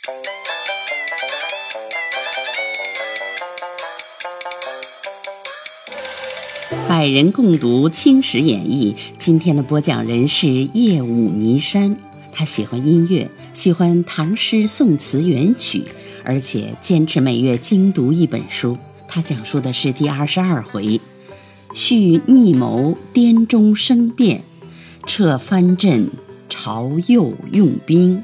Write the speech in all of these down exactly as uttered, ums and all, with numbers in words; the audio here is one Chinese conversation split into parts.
百人共读《清史演义》，今天的播讲人是叶武尼山。他喜欢音乐，喜欢唐诗宋词元曲，而且坚持每月精读一本书。他讲述的是第二十二回，续逆谋滇中生变，撤藩镇朝右用兵。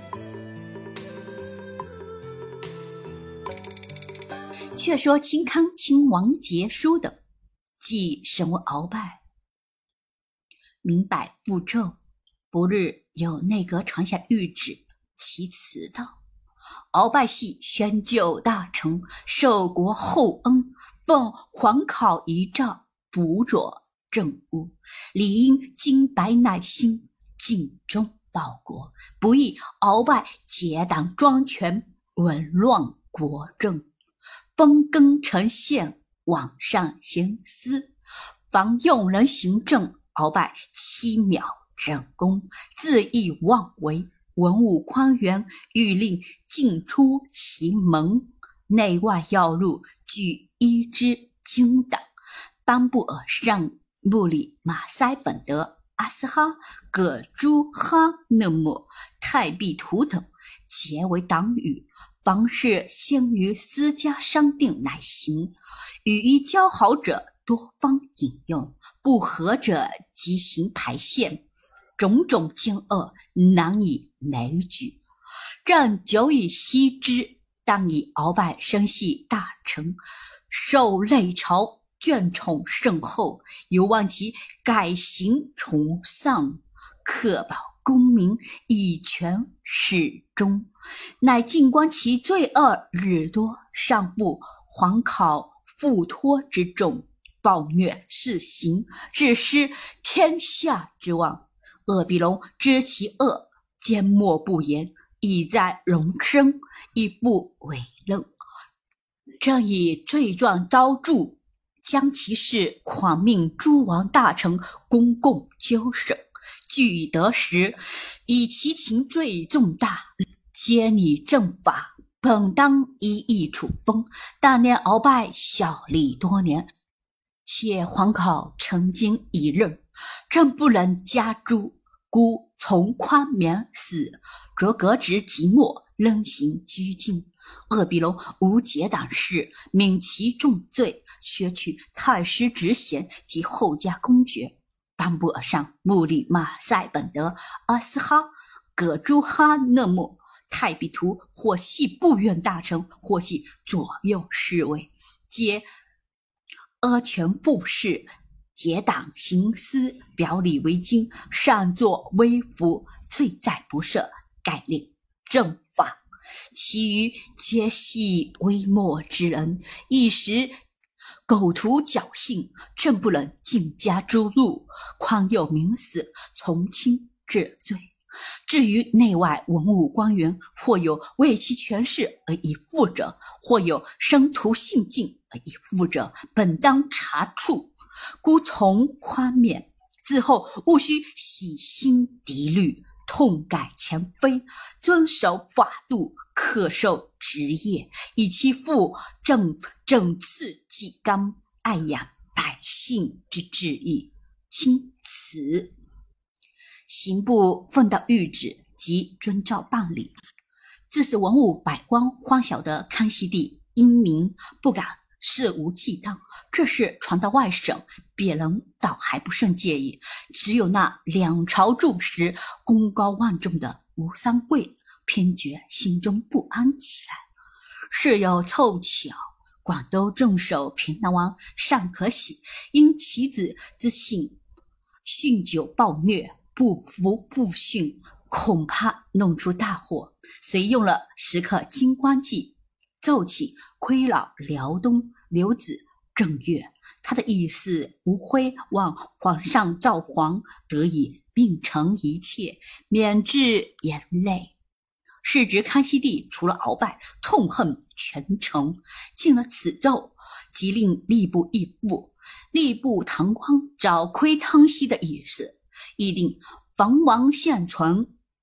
却说清康亲王结书的即审问鳌拜，明白步骤。不日有内阁传下谕旨，其辞道：鳌拜系宣旧大臣，受国厚恩，奉皇考遗诏，辅佐政务，理应襟白乃心，尽忠报国，不意鳌拜结党专权，紊乱国政，分耕成县，往上行私，防用人行政。鳌拜欺渺整功，恣意妄为，文武官员欲令尽出其门，内外要入俱依之精党。班布尔上穆里马塞本德、阿斯哈、葛朱哈讷木、泰毕图等结为党羽，凡事先于私家商定乃行，与一交好者多方引用，不合者即行排线，种种奸恶难以枚举。朕久已悉知，当以鳌拜身系大臣，受累朝，眷宠甚厚，犹望其改行从上，克保公民，以权始终。乃静观其罪恶日多，上不皇考付托之重，暴虐肆行，致失天下之望。鄂必龙知其恶，缄默不言，已在容身，亦不委任。正以罪状招注，将其事狂命诸王大臣公共纠审，据以得实，以其情罪重大，皆拟正法，本当一一处分。但念鳌拜效力多年，且皇考曾经一任，朕不能加诛，故从宽免死，着革职即没，仍行拘禁。鄂必龙无结党事，免其重罪，削去太师职衔及后加公爵。班布尔上穆里马塞本德、阿斯哈、葛朱哈讷木、泰毕图，或系部院大臣，或系左右侍卫，皆阿权布事，结党行私，表里为经，擅作威服，罪在不赦，改令正法。其余皆系微末之人，一时苟图侥幸，朕不能尽加诛戮，宽宥民死，从轻治罪。至于内外文武官员，或有为其权势而以附者，或有生图性尽而以附者，本当查处，故从宽免。自后务须洗心涤虑，痛改前非，遵守法度，恪守职业，以其负正正次纪纲，爱养百姓之志意。钦此。刑部奉到谕旨，即遵照办理。自是文武百官欢晓得康熙帝英明，不敢肆无忌惮。这事传到外省，别人倒还不甚介意，只有那两朝柱石功高望重的吴三桂偏觉心中不安起来。事有凑巧，广东镇守平南王尚可喜因其子之姓酗酒暴虐，不服不训，恐怕弄出大祸，遂用了时刻金光计，奏请亏老辽东刘子正月。他的意思无非望皇上赵皇得以命成一切，免致眼泪。是值康熙帝除了鳌拜，痛恨权臣，进了此奏，即令吏部议复，吏部唐匡找窥康熙的意思，议定防王现存，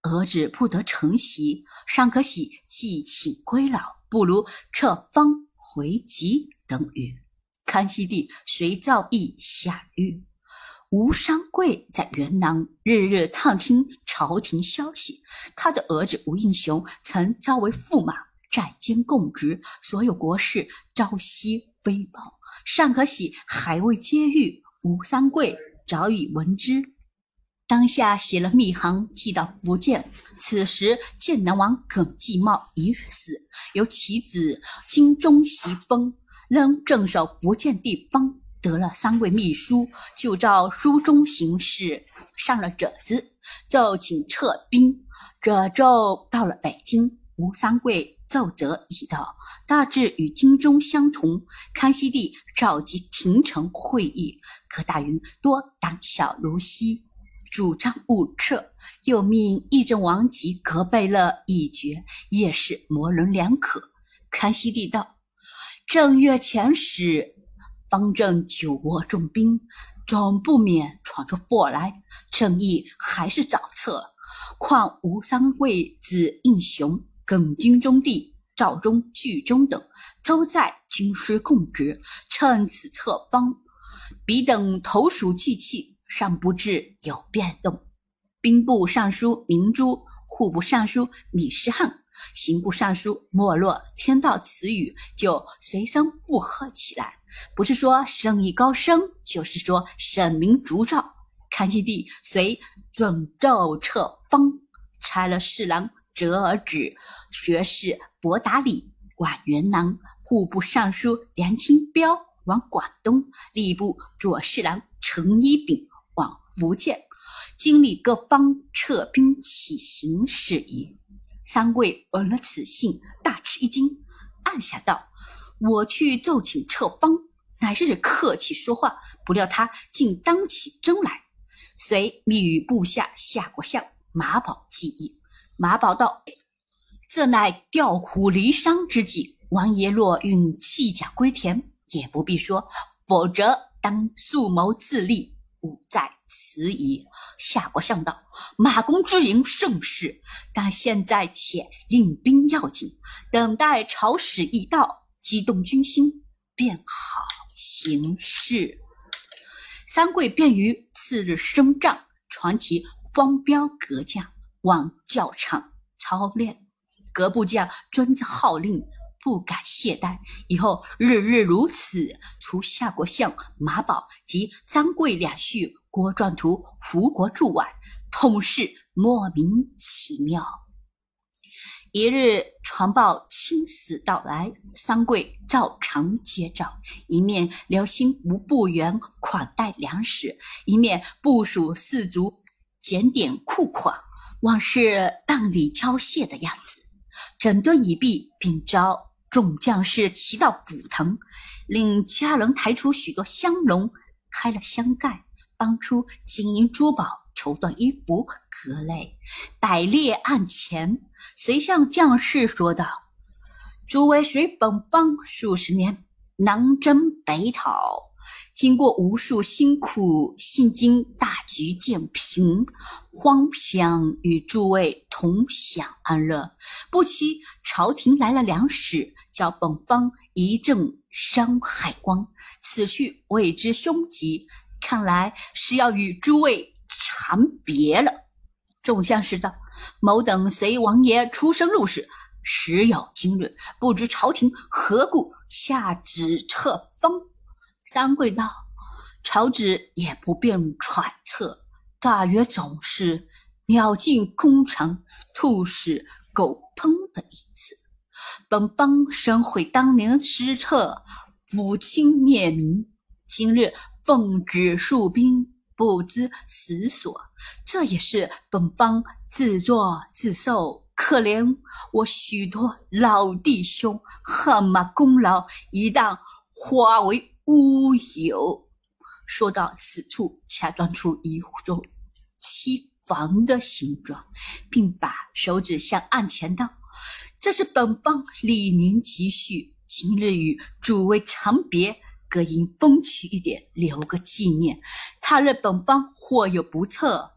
儿子不得承袭，尚可喜既请归老，不如撤方回籍等语。康熙帝遂诏议下狱。吴三桂在元朗日日探听朝廷消息，他的儿子吴应熊曾招为驸马，在监供职，所有国事朝夕飞报。尚可喜还未接狱，吴三桂早已闻之，当下写了密函寄到福建。此时建南王耿继茂已死，由其子金钟袭封，仍镇守福建地方。得了三位秘书，就照书中行事，上了褶子，奏请撤兵。褶奏到了北京，吴三桂奏折已到，大致与京中相同。康熙帝召集廷臣会议，柯大云多胆小如昔，主张勿撤，又命议政王及葛贝勒一决，也是模棱两可。康熙帝道：正月前时，方正久卧重兵，总不免闯出祸来，正义还是早撤。况吴三桂子应熊、耿京中帝、赵忠、聚忠等都在军师供职，趁此撤方，彼等投鼠忌器，尚不致有变动。兵部尚书明珠、户部尚书米士汉、刑部尚书莫洛听到此语，就随声附和起来。不是说生意高升，就是说沈明烛照。康熙帝遂准奏撤方，差了侍郎折儿子学士博达里往元朗，户部尚书梁清标往广东，吏部左侍郎陈一炳往福建，经理各方撤兵起行事宜。三桂闻了此信，大吃一惊，暗下道：我去奏请撤方，乃是客气说话，不料他竟当起真来。遂密与部下夏国相马宝计议。马宝道：这乃调虎离山之计，王爷若运弃甲归田，也不必说，否则当速谋自立，勿在此矣。夏国相道：马公之言甚是，但现在且令兵要紧，等待朝使一到，激动军心，便好行事。三桂便于次日升帐，传其方标阁将往教场操练。各部将遵着号令，不敢懈怠，以后日日如此。除夏国相马宝及三桂两婿郭壮图、胡国柱外，统是莫名其妙。一日传报亲死到来，三桂照常接诏，一面留心吴部员款待粮食，一面部署士卒检点库款，望是办理交械的样子。整顿已毕，并召众将士齐到府堂，令家人抬出许多香笼，开了香盖，搬出金银珠宝、绸缎衣服、各类，摆列案前，遂向将士说道：诸位随本方数十年，南征北讨，经过无数辛苦，现今大局渐平，荒想与诸位同享安乐，不期朝廷来了粮食，叫本方一阵山海关，此去为之凶急，看来是要与诸位长别了。众将士道：某等随王爷出生入死，时有今日，不知朝廷何故下旨撤方。三桂道：朝旨也不便揣测，大约总是鸟尽弓藏，兔死狗烹的意思。本方深悔当年失策，抚清灭民，今日奉旨戍兵，不知死所，这也是本方自作自受，可怜我许多老弟兄，汗马功劳一旦化为乌有。说到此处，恰装出一种期房的形状，并把手指向案前道：这是本方历年积蓄，今日与诸位长别，各应风趣一点，留个纪念。他日本方或有不测，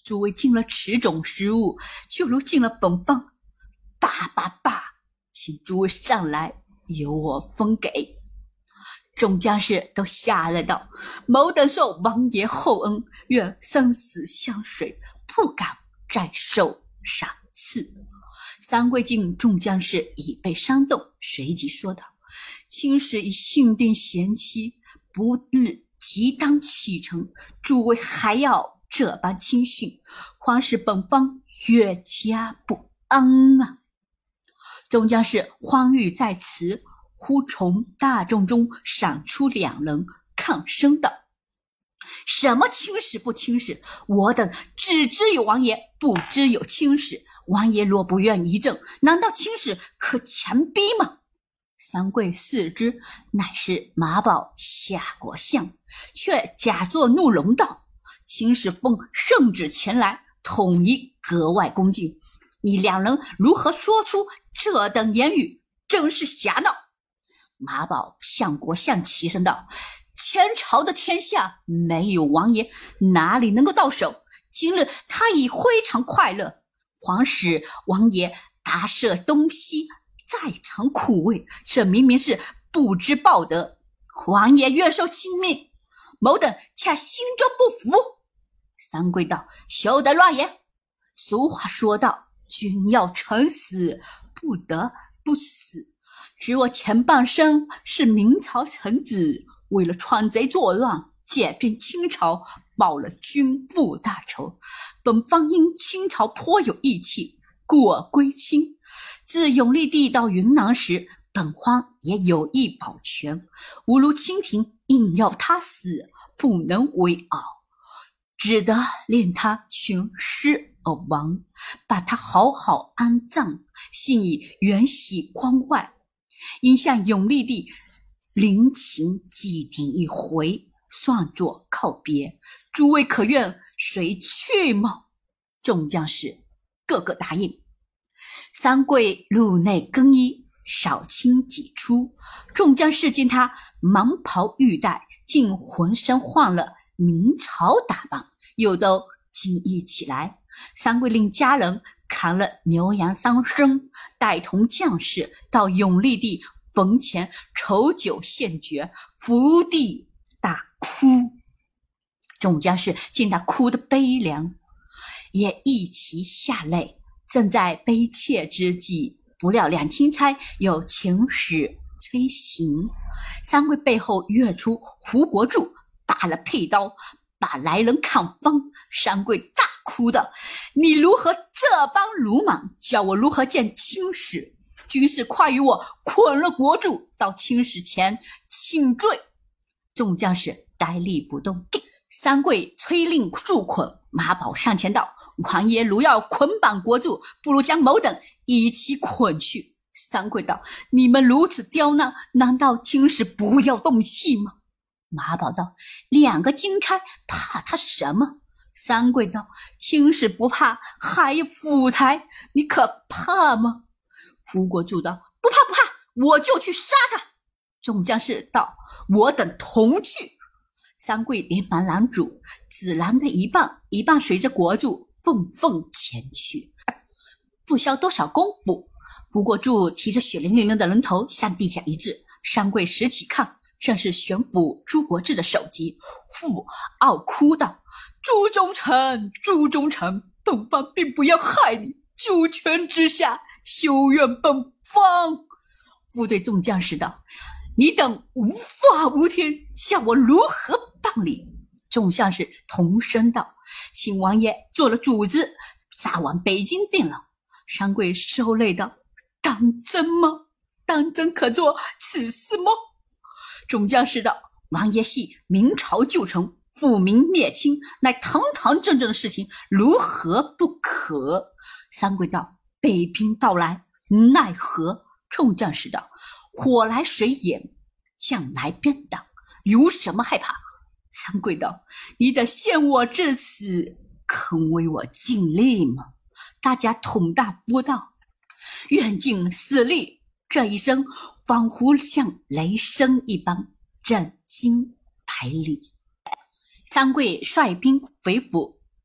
诸位进了此种食物，就如进了本方。罢罢罢，请诸位上来，由我分给。众将士都下来道：某等受王爷厚恩，愿生死相随，不敢再受赏赐。三桂敬众将士已被伤动，随即说道：卿使已幸定贤妻，不日即当启程，诸位还要这般轻训，皇使本方越加不安啊！众将士欢愉在此，忽从大众中闪出两人，抗声道：什么轻使不轻使？我等只知有王爷，不知有轻使。王爷若不愿一正，难道轻使可强逼吗？三桂四知乃是马宝下国相，却假作怒容道：轻使奉圣旨前来，统一格外恭敬，你两人如何说出这等言语，真是瞎闹！马宝相国相齐声道：前朝的天下没有王爷，哪里能够到手？今日他已非常快乐，皇使王爷跋涉东西，再尝苦味，这明明是不知报德，王爷愿受亲命，某等恰心中不服。三桂道：休得乱言！俗话说道，君要臣死，不得不死。只我前半生是明朝臣子，为了篡贼作乱，借遍清朝，报了君父大仇。本方因清朝颇有义气，故而归清。自永历帝到云南时，本方也有意保全，吾如清廷硬要他死，不能为傲，只得令他全尸而亡，把他好好安葬，幸以元喜光外。因向永历帝临情祭奠一回，算作告别，诸位可愿随去吗？众将士个个答应。三桂入内更衣，少卿几出，众将士见他芒袍玉带，竟浑身换了明朝打扮，又都惊异起来。三桂令家人扛了牛羊三牲，带同将士到永历帝坟前筹酒献爵，伏地大哭。众将士见他哭得悲凉，也一齐下泪。正在悲切之际，不料两钦差有遣使催行，三桂背后跃出胡国柱，拔了佩刀，把来人砍方。三桂大哭道：你如何这般鲁莽，叫我如何见清使？军士快与我捆了国柱，到清使前请罪。众将士呆立不动。三桂催令束捆，马宝上前道：王爷如要捆绑国柱，不如将某等一起捆去。三桂道：你们如此刁难，难道清使不要动气吗？马宝道：两个金钗怕他什么？三桂道：清使不怕，还有府台，你可怕吗？胡国柱道：不怕不怕，我就去杀他。众将士道：我等同去。三桂连忙拦住，只拦的一半，一半随着国柱愤愤前去。不消多少功夫，胡国柱提着血淋淋的人头向地下一掷，三桂拾起看，正是玄府朱国志的首级。父傲哭道：朱忠诚，朱忠诚，本方并不要害你，九泉之下，休怨本方。父对众将士道：你等无法无天，叫我如何办理？众将士同声道：请王爷做了主子，杀往北京便了。三桂受累道：当真吗？当真可做此事吗？众将士道：王爷系明朝旧臣，复明灭清，乃堂堂正正的事情，如何不可？三桂道：北兵到来，奈何？众将士道：火来水掩，将来鞭挡，有什么害怕？三桂道：你得陷我至此，肯为我尽力吗？大家同大夫道：愿尽死力。这一声仿佛像雷声一般，震惊百里。三桂率兵回府，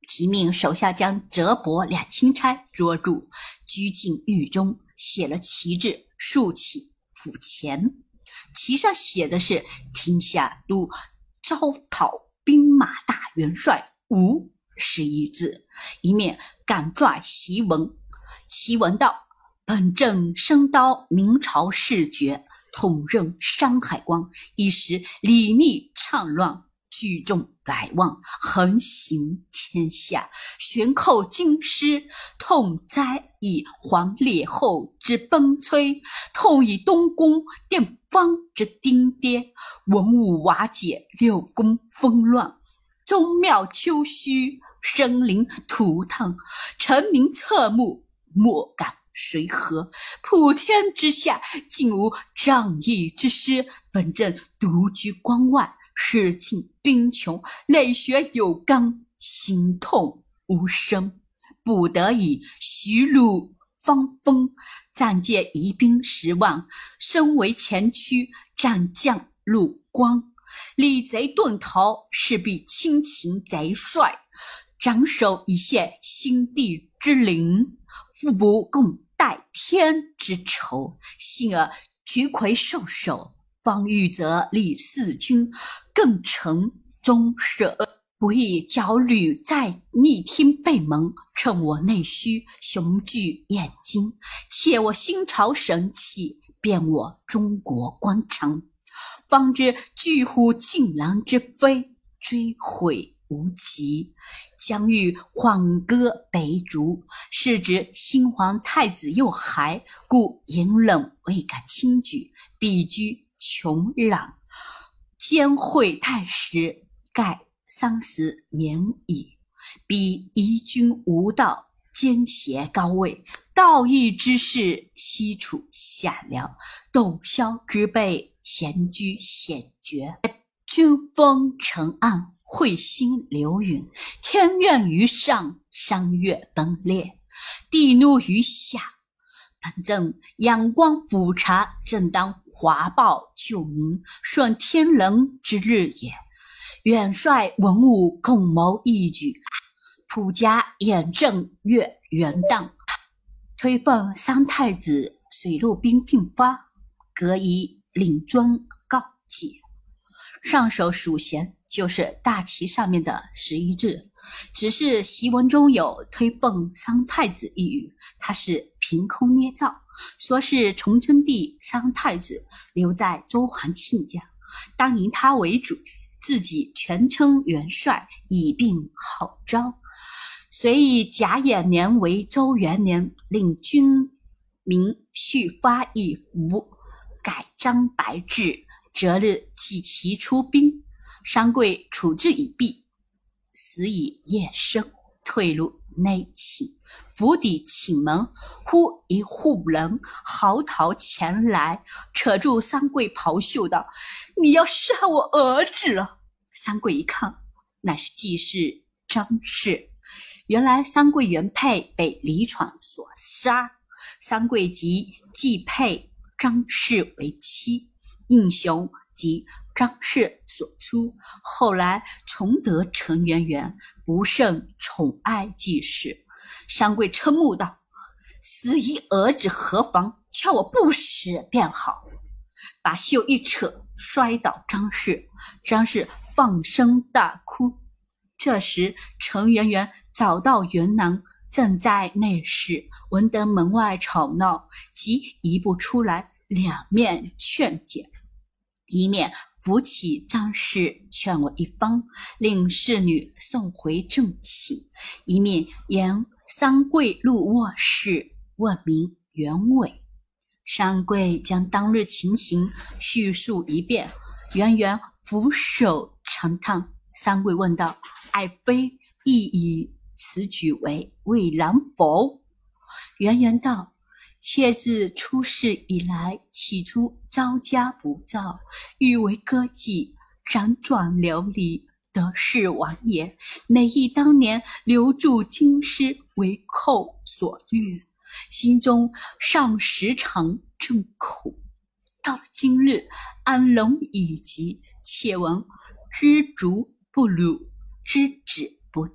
即命手下将折帛两钦差捉住，拘禁狱中，写了旗帜，竖起府前，旗上写的是天下路招讨兵马大元帅吴十一字，一面赶拽檄文。檄文道：本镇升刀明朝世爵，统任山海关，一时礼逆倡乱，聚众百万，横行天下，悬寇京师，痛哉以黄烈后之崩摧，痛以东宫殿方之丁跌，文武瓦解，六宫纷乱，宗庙丘墟，生灵涂炭，臣民侧目，莫敢随和，普天之下竟无仗义之师，本镇独居关外，视尽兵穷，泪血有干，心痛无声，不得已徐鲁方锋，暂借疑兵十万，身为前驱，战将入关，李贼遁逃，势必亲擒贼帅，斩首以谢新帝之灵，复不共戴天之仇，幸而举魁受首，方欲则立四军，更成宗社，不亦剿吕在逆听背盟，趁我内虚，雄踞燕京，窃我新朝神器，变我中国官场，方知巨虎进狼之非，追悔无极，将欲缓割北逐，是指新皇太子幼孩，故隐忍未敢轻举，避居穷壤，兼会太师，盖丧死免矣。彼夷君无道，奸邪高位，道义之士西处下僚，斗枭之辈闲居险绝，君封尘暗，彗星流陨，天怨于上，山岳崩裂，地怒于下。本镇仰光俯察，正当华报救民，顺天人之日也。元帅文武共谋一举，普加严正月元旦，推奉三太子水陆兵并发，革以领尊告诫。上首属衔就是大旗上面的十一字，只是檄文中有推奉三太子一语，它是凭空捏造，说是崇祯帝三太子留在周桓亲家，当以他为主，自己全称元帅，以并号召。遂以甲寅年为周元年，令军民续发一符，改章白制，择日祭旗出兵。商贵处置已毕，时已夜深，退入内寝，府邸寝门，忽一户人嚎啕前来，扯住三贵袍袖道：你要杀我儿子了。三贵一看，乃是季氏张氏。原来三贵原配被李闯所杀，三贵即继配张氏为妻，应雄即张氏所出，后来重得陈圆圆，不胜宠爱季氏。三贵嗔目道：死一儿子何妨，叫我不死便好。把袖一扯，摔倒张氏，张氏放声大哭。这时陈圆圆早到园南，正在内室，闻得门外吵闹，即一步出来，两面劝解，一面扶起张氏劝我一番，令侍女送回正寝，一面言三贵入卧室，问明原委。三贵将当日情形叙述一遍，圆圆俯首长叹。三贵问道：爱妃亦以此举为未然否？圆圆道：妾自出世以来，起初招家不躁，欲为歌妓，辗转流离，得势亡也。每忆当年留住京师，为寇所掠，心中尚时常正苦。到了今日，安荣已极，妾闻知足不辱，知止不殆，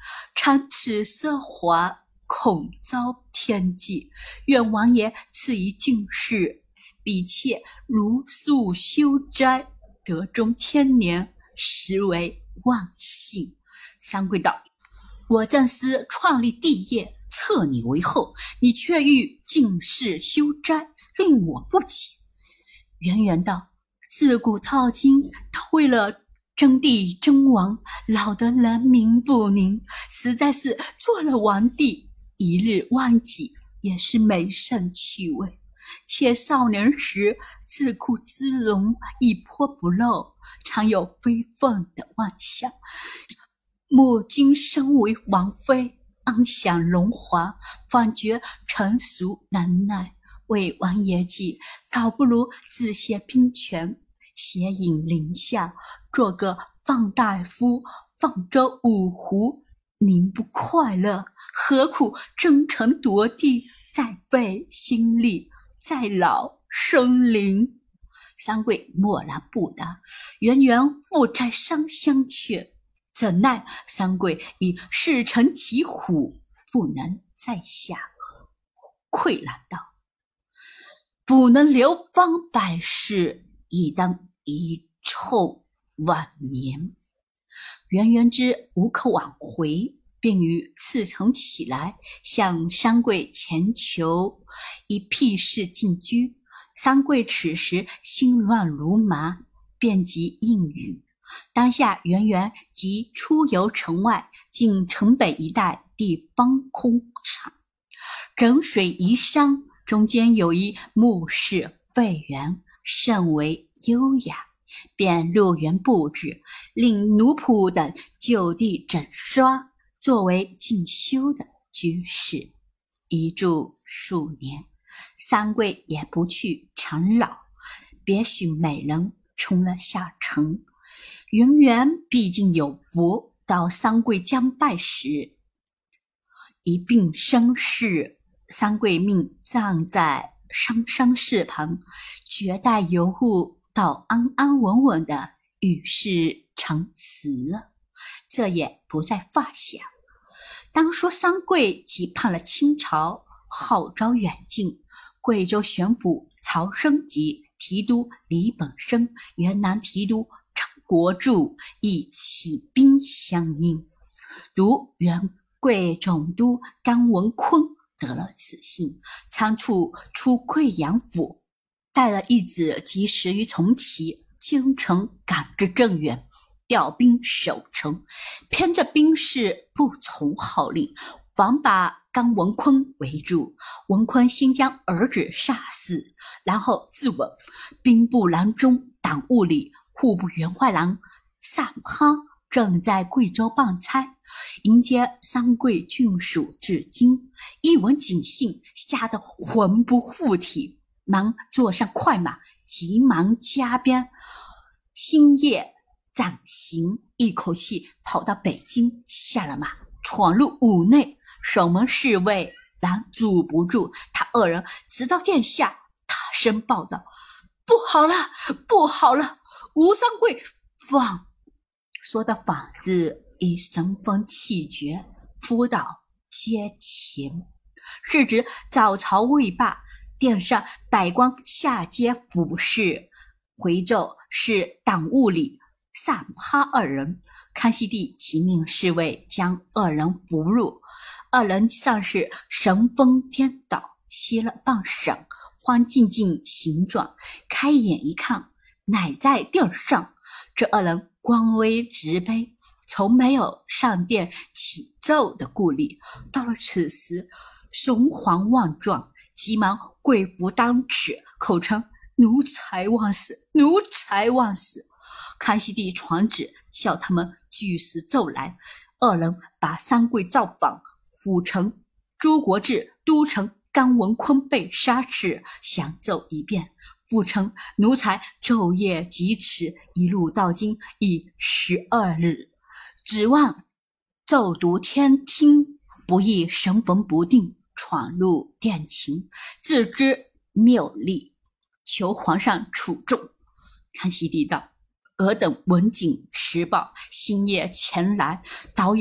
常此奢华，恐遭天忌。愿王爷赐以进士，比妾如素修斋，得中天年，实为万幸。三桂道：我正思创立帝业，册你为后，你却欲进士修斋，令我不解。圆圆道：自古到今，为了争帝争王，老得人民不宁，实在是做了皇帝，一日忘己，也是没甚趣味。且少年时自顾姿容，一泼不漏，常有非分的妄想。莫今身为王妃，安享荣华，反觉成熟难耐。为王爷计，倒不如自携兵权，携引临下，做个放大夫，放舟五湖。您不快乐，何苦争城夺地，再费心力，再劳生灵？三桂默然不答，圆圆复再商相劝，怎奈三桂已事成骑虎，不能再下，喟然道：不能流芳百世，亦当遗臭晚年。圆圆之无可挽回，便于次晨起来，向三桂前求以辟室进居。三桂此时心乱如麻，便即应允。当下圆圆即出游城外，进城北一带地方空场，整水移山，中间有一墓室废园，甚为优雅，便入园布置，令奴仆等就地整刷，作为进修的居室。一住数年，三桂也不去常老，别许美人冲了下城。圆圆毕竟有福，到三桂将拜时，一并生事，三桂命葬在商山寺旁，绝代尤物，到安安稳稳的与世长辞了，这也不在话下。当说三桂即叛了清朝，号召远近，贵州巡抚曹升级、提督李本生、原南提督张国柱亦起兵相应。如原贵总督甘文坤得了此信，仓促出贵阳府，带了一子及十余从骑，京城赶至镇远，调兵守城，偏这兵士不从号令，反把甘文坤围住。文坤先将儿子杀死，然后自刎。兵部郎中党务里户部员外郎萨姆哈正在贵州办差，迎接三桂郡属至京，一闻警信，吓得魂不附体，忙坐上快马，急忙加鞭，星夜暂行，一口气跑到北京，下了马，闯入屋内，守门侍卫拦阻不住，他二人直到殿下，大声报道：不好了，不好了，吴三桂放！说的嗓子已神风气绝，扑倒阶前。是指早朝未罢，殿上百官下阶俯视，回奏是党务里萨姆哈二人。康熙帝即命侍卫将二人扶入，二人像是神风颠倒，歇了半晌，方静静形状，开眼一看，乃在殿上。这二人官威直卑，从没有上殿启奏的顾虑，到了此时雄黄万状，急忙跪伏当尺，口称奴才万死，奴才万死。康熙帝传旨叫他们据实奏来。二人把三桂造访府城朱国治、都城甘文坤被杀事详奏一遍。府城奴才昼夜疾驰，一路到京已十二日，指望奏读天听，不意神魂不定，闯入殿寝，自知谬例，求皇上处重。康熙帝道：尔等闻警持报，星夜前来，倒也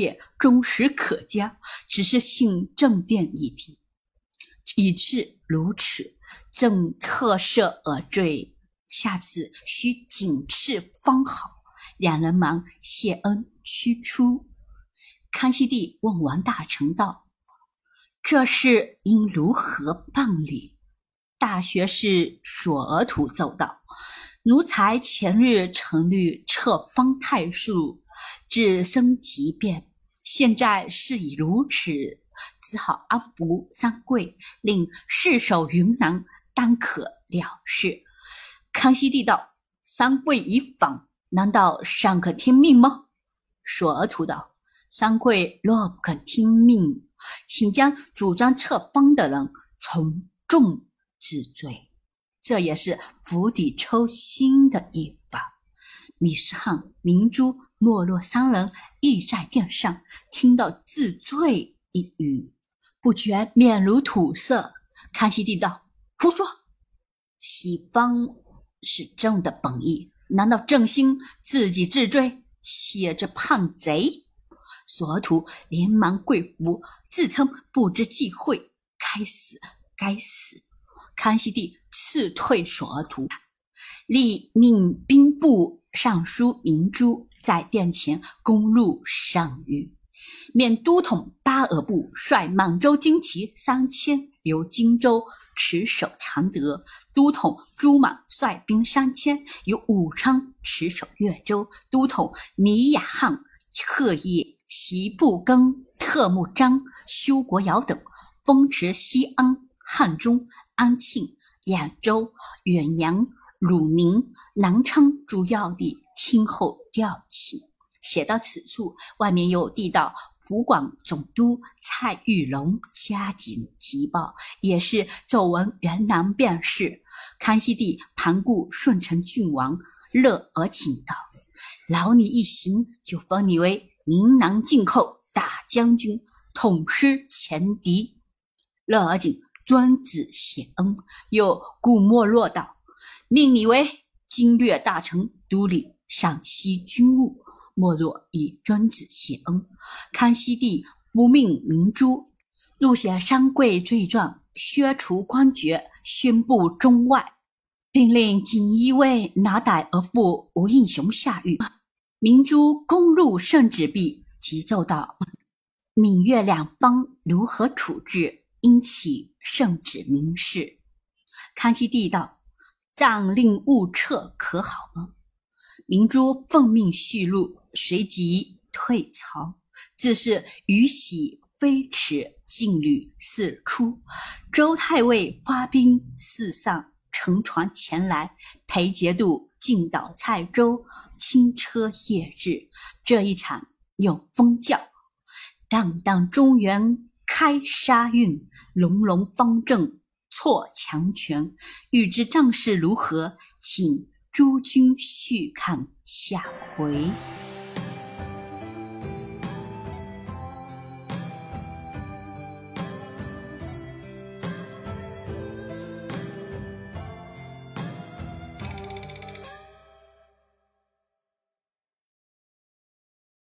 忠实可嘉，只是信正殿一体，以致如此，正特赦而罪，下次须谨斥方好。两人忙谢恩驱出。康熙帝问王大臣道：这事应如何办理？大学士索额图奏道：奴才前日曾虑册方太数，自生急变，现在事已如此，只好安抚三桂，令侍守云南，当可了事。康熙帝道：三桂已访，难道尚可听命吗？索额图道：三桂若不肯听命，请将主张册方的人从重治罪，这也是釜底抽薪的一法。米世汉、明珠、莫若三人亦在殿上，听到治罪一语，不觉面如土色。康熙帝道：胡说！西方是朕的本意，难道朕心自己治罪，写着叛贼？索额图连忙跪伏，自称不知忌讳，该死该死！康熙帝赐退索额图，立命兵部尚书明珠在殿前攻入上谕，免都统巴尔部率满洲精骑三千，由荆州持守常德；都统朱满率兵三千，由武昌持守越州；都统倪雅汉、贺业、席布庚、特木章、修国尧等封持西安、汉中、安庆、兖州、远洋、汝宁、南昌诸要地，听候调遣。写到此处，外面又递到湖广总督蔡玉龙加紧急报，也是奏闻元南变事。康熙帝盘顾顺承郡王，乐而请道：劳你一行，就封你为宁南靖后大将军，统师前敌。乐而景遵旨谢恩，又顾莫若道：命你为经略大臣，督理上西军务。莫若以遵旨谢恩。康熙帝不命明珠录写三桂罪状，削除官爵，宣布中外，并令锦衣卫拿逮而赴吴应熊下狱。明珠攻入圣旨毕，急奏道：闽粤两方如何处置，应起圣旨明示。康熙帝道：暂令勿撤，可好吗？明珠奉命续录，随即退朝。自是宇喜、飞驰、劲旅四出，周太尉发兵四上，乘船前来，裴节度进岛蔡州，轻车夜至。这一场有风教：荡荡中原开沙运，隆隆方阵挫强权。欲知战事如何，请诸君续看下回。